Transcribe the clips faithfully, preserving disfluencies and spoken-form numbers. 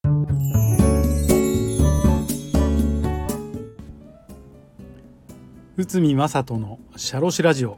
内海正人のシャロシラジオ。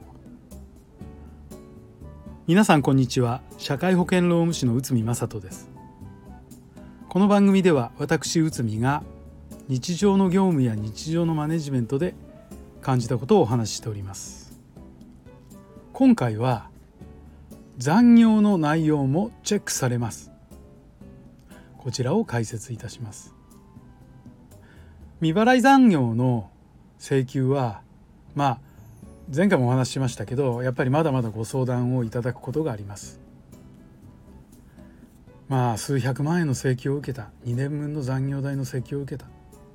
皆さんこんにちは。社会保険労務士の内海正人です。この番組では私内海が日常の業務や日常のマネジメントで感じたことをお話ししております。今回は残業の内容もチェックされます。こちらを解説いたします。未払い残業の請求はまあ前回もお話ししましたけど、やっぱりまだまだご相談をいただくことがあります。まあ数百万円の請求を受けた、にねんぶんの残業代の請求を受けた、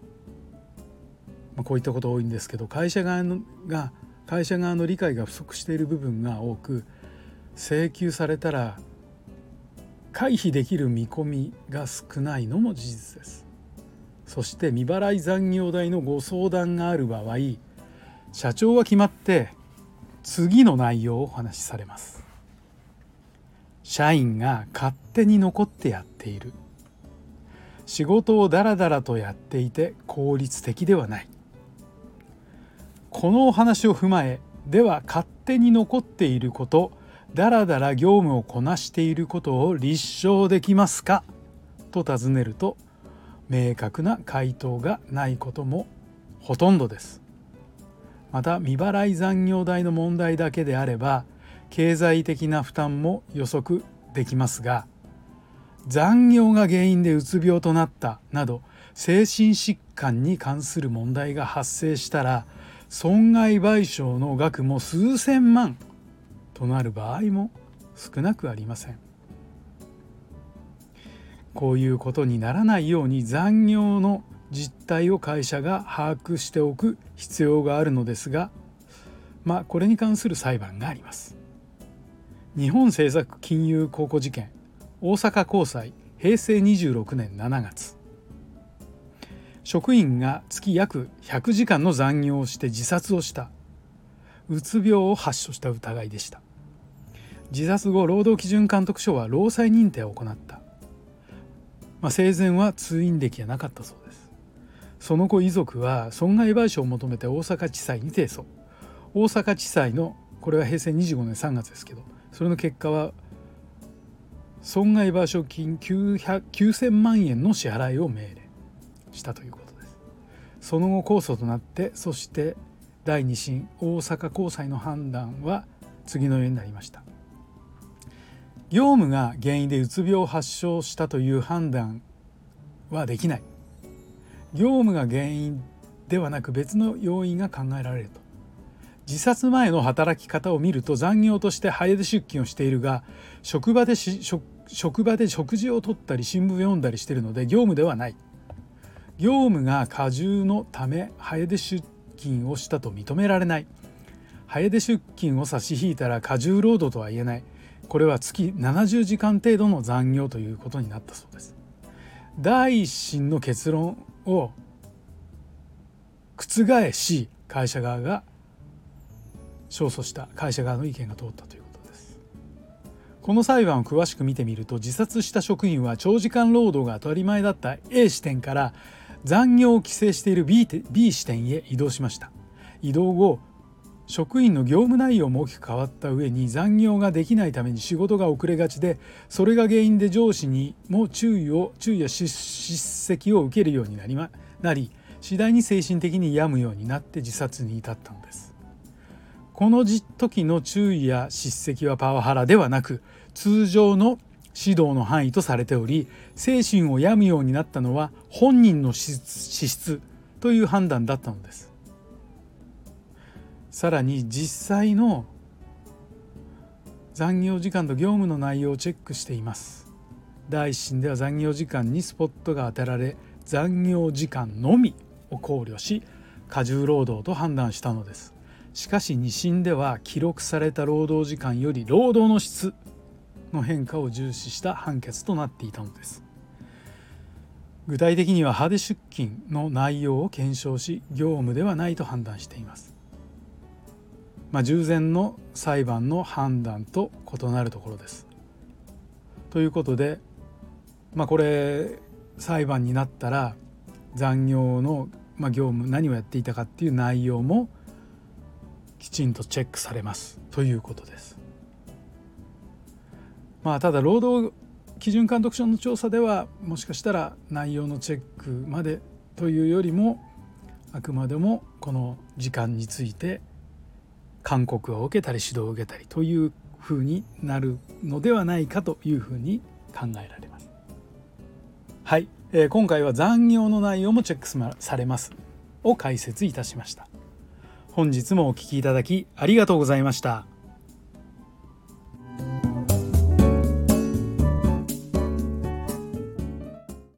まあ、こういったこと多いんですけど、会社側のが会社側の理解が不足している部分が多く、請求されたら回避できる見込みが少ないのも事実です。そして未払い残業代のご相談がある場合、社長は決まって次の内容をお話しされます。社員が勝手に残ってやっている。仕事をダラダラとやっていて効率的ではない。このお話を踏まえ、では勝手に残っていること、ダラダラ業務をこなしていることを立証できますかと尋ねると、明確な回答がないこともほとんどです。また未払い残業代の問題だけであれば経済的な負担も予測できますが、残業が原因でうつ病となったなど精神疾患に関する問題が発生したら、損害賠償の額も数千万となる場合も少なくありません。こういうことにならないように残業の実態を会社が把握しておく必要があるのですが、まあこれに関する裁判があります。日本政策金融公庫事件、大阪高裁、平成にじゅうろくねんしちがつ。職員が月約ひゃくじかんの残業をして自殺をした。うつ病を発症した疑いでした。自殺後、労働基準監督署は労災認定を行った。まあ、生前は通院歴はなかったそうです。その後遺族は損害賠償を求めて大阪地裁に提訴。大阪地裁の、これは平成にじゅうごねんさんがつですけど、それの結果は損害賠償金きゅうせんまんえんの支払いを命令したということです。その後控訴となって、そしてだいに審大阪高裁の判断は次のようになりました。業務が原因でうつ病を発症したという判断はできない。業務が原因ではなく別の要因が考えられると。自殺前の働き方を見ると残業として早出出勤をしているが、職場でし 職, 職場で食事をとったり新聞を読んだりしているので業務ではない。業務が過重のため早出出勤をしたと認められない。早出出勤を差し引いたら過重労働とは言えない。これは月ななじゅうじかん程度の残業ということになったそうです。だいいっ審の結論を覆し、会社側が勝訴した。会社側の意見が通ったということです。この裁判を詳しく見てみると、自殺した職員は長時間労働が当たり前だった A 支店から残業を規制している B, B 支店へ移動しました。移動後、職員の業務内容も大きく変わった上に残業ができないために仕事が遅れがちで、それが原因で上司にも注意を注意や叱責を受けるようになり、ま、なり次第に精神的に病むようになって自殺に至ったのです。この時の注意や叱責はパワハラではなく通常の指導の範囲とされており、精神を病むようになったのは本人の資質という判断だったのです。さらに実際の残業時間と業務の内容をチェックしています。だいいっ審では残業時間にスポットが当てられ、残業時間のみを考慮し過重労働と判断したのです。しかしに審では記録された労働時間より労働の質の変化を重視した判決となっていたのです。具体的には派手出勤の内容を検証し、業務ではないと判断しています。まあ、従前の裁判の判断と異なるところです。ということで、まあ、これ裁判になったら残業の、まあ、業務何をやっていたかっていう内容もきちんとチェックされますということです。まあ、ただ労働基準監督署の調査ではもしかしたら内容のチェックまでというよりもあくまでもこの時間について勧告を受けたり指導を受けたりというふうになるのではないかというふうに考えられます。はい、えー、今回は残業の内容もチェックされますを解説いたしました。本日もお聞きいただきありがとうございました。